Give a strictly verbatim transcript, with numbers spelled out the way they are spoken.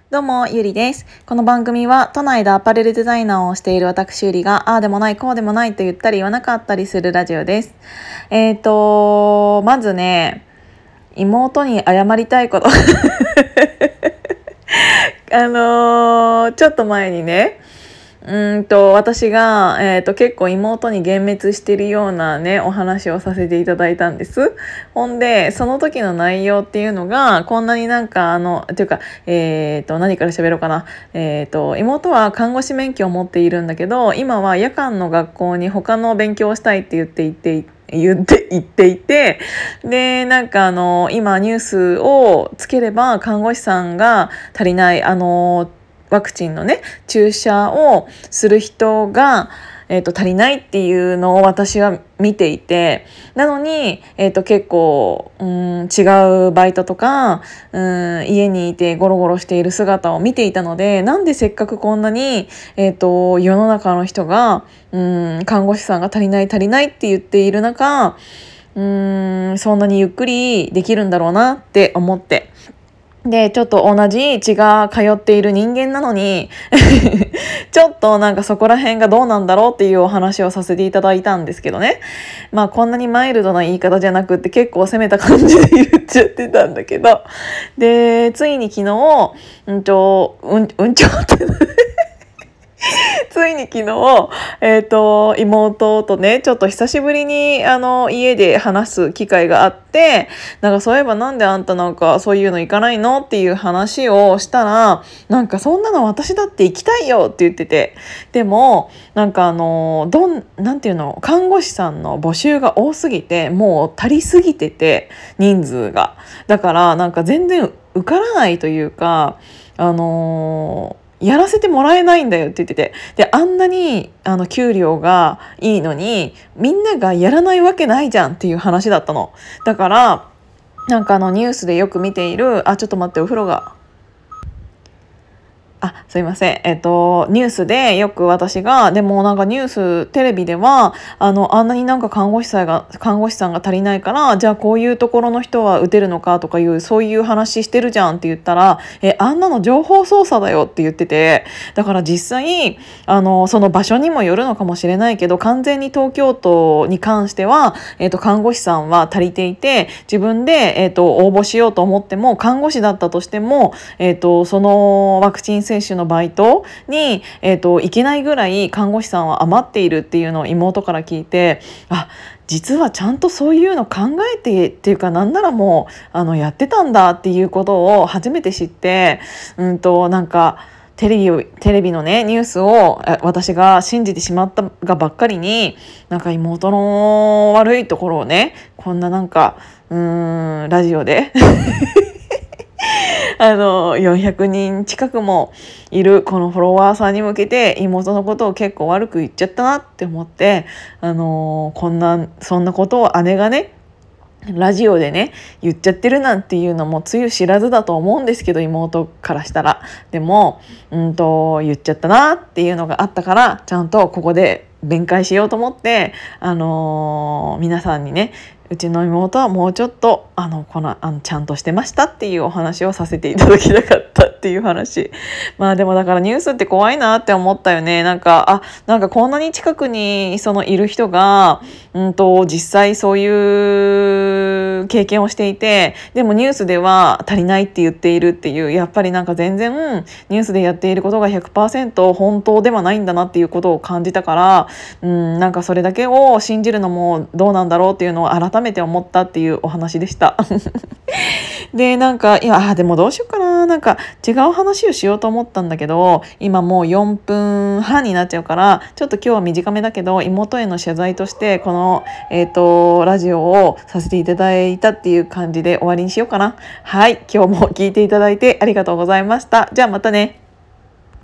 どうも、ゆりです。この番組は都内でアパレルデザイナーをしている私ゆりが、ああでもないこうでもないと言ったり言わなかったりするラジオです。えーとまずね、妹に謝りたいことあのー、ちょっと前にね、うんと私が、えー、と結構妹に幻滅してるようなねお話をさせていただいたんです。ほんでその時の内容っていうのがこんなになんかあのというか、えー、と何から喋ろうかな、えー、と妹は看護師免許を持っているんだけど、今は夜間の学校に他の勉強をしたいって言っていて言って言っていて、でなんかあの今ニュースをつければ看護師さんが足りない、あのワクチンのね注射をする人が、えー、と足りないっていうのを私は見ていて、なのに、えー、と結構、うん、違うバイトとか、うん、家にいてゴロゴロしている姿を見ていたので、なんでせっかくこんなに、えー、と世の中の人が、うん、看護師さんが足りない足りないって言っている中、うんそんなにゆっくりできるんだろうなって思って、でちょっと同じ血が通っている人間なのにちょっとなんかそこら辺がどうなんだろうっていうお話をさせていただいたんですけどね。まあこんなにマイルドな言い方じゃなくって結構攻めた感じで言っちゃってたんだけど、でついに昨日うんちょうんうんちょってついに昨日、えーと、妹とねちょっと久しぶりにあの家で話す機会があって、なんかそういえばなんであんたなんかそういうの行かないのっていう話をしたら、なんかそんなの私だって行きたいよって言ってて、でもなんかあのどんなんていうの看護師さんの募集が多すぎてもう足りすぎてて、人数がだからなんか全然受からないというか、あのーやらせてもらえないんだよって言ってて、であんなにあの給料がいいのにみんながやらないわけないじゃんっていう話だったの。だからなんかあのニュースでよく見ている、あちょっと待ってお風呂があ、すいません。えっと、ニュースでよく私が、でもなんかニュース、テレビでは、あの、あんなになんか看護師さんが、看護師さんが足りないから、じゃあこういうところの人は打てるのかとかいう、そういう話してるじゃんって言ったら、え、あんなの情報操作だよって言ってて、だから実際、あの、その場所にもよるのかもしれないけど、完全に東京都に関しては、えっと、看護師さんは足りていて、自分で、えっと、応募しようと思っても、看護師だったとしても、えっと、そのワクチン接種のバイトに、えーと、行けないぐらい看護師さんは余っているっていうのを妹から聞いて、あ実はちゃんとそういうの考えてっていうか、なんならもうあのやってたんだっていうことを初めて知って、うんとなんかテレビテレビのねニュースを私が信じてしまったがばっかりに、なんか妹の悪いところをねこんななんかうーんラジオであのよんひゃくにん近くもいるこのフォロワーさんに向けて妹のことを結構悪く言っちゃったなって思って、あのこんなそんなことを姉がねラジオでね言っちゃってるなんていうのもつゆ知らずだと思うんですけど、妹からしたら。でもうんと言っちゃったなっていうのがあったから、ちゃんとここで弁解しようと思って、あのー、皆さんにね、うちの妹はもうちょっとあのこのあのちゃんとしてましたっていうお話をさせていただきたかったっていう話。まあでもだからニュースって怖いなって思ったよね。なんかあなんかこんなに近くにそのいる人がうんと実際そういう経験をしていて、でもニュースでは足りないって言っているっていう、やっぱりなんか全然ニュースでやっていることが ひゃくパーセント 本当ではないんだなっていうことを感じたから、うんなんかそれだけを信じるのもどうなんだろうっていうのを改めて思ったっていうお話でしたでなんかいやでもどうしようかな、なんか違う話をしようと思ったんだけど、今もうよんぷんはんになっちゃうから、ちょっと今日は短めだけど妹への謝罪としてこの、えーと、ラジオをさせていただいたっていう感じで終わりにしようかな。はい、今日も聞いていただいてありがとうございました。じゃあまたね。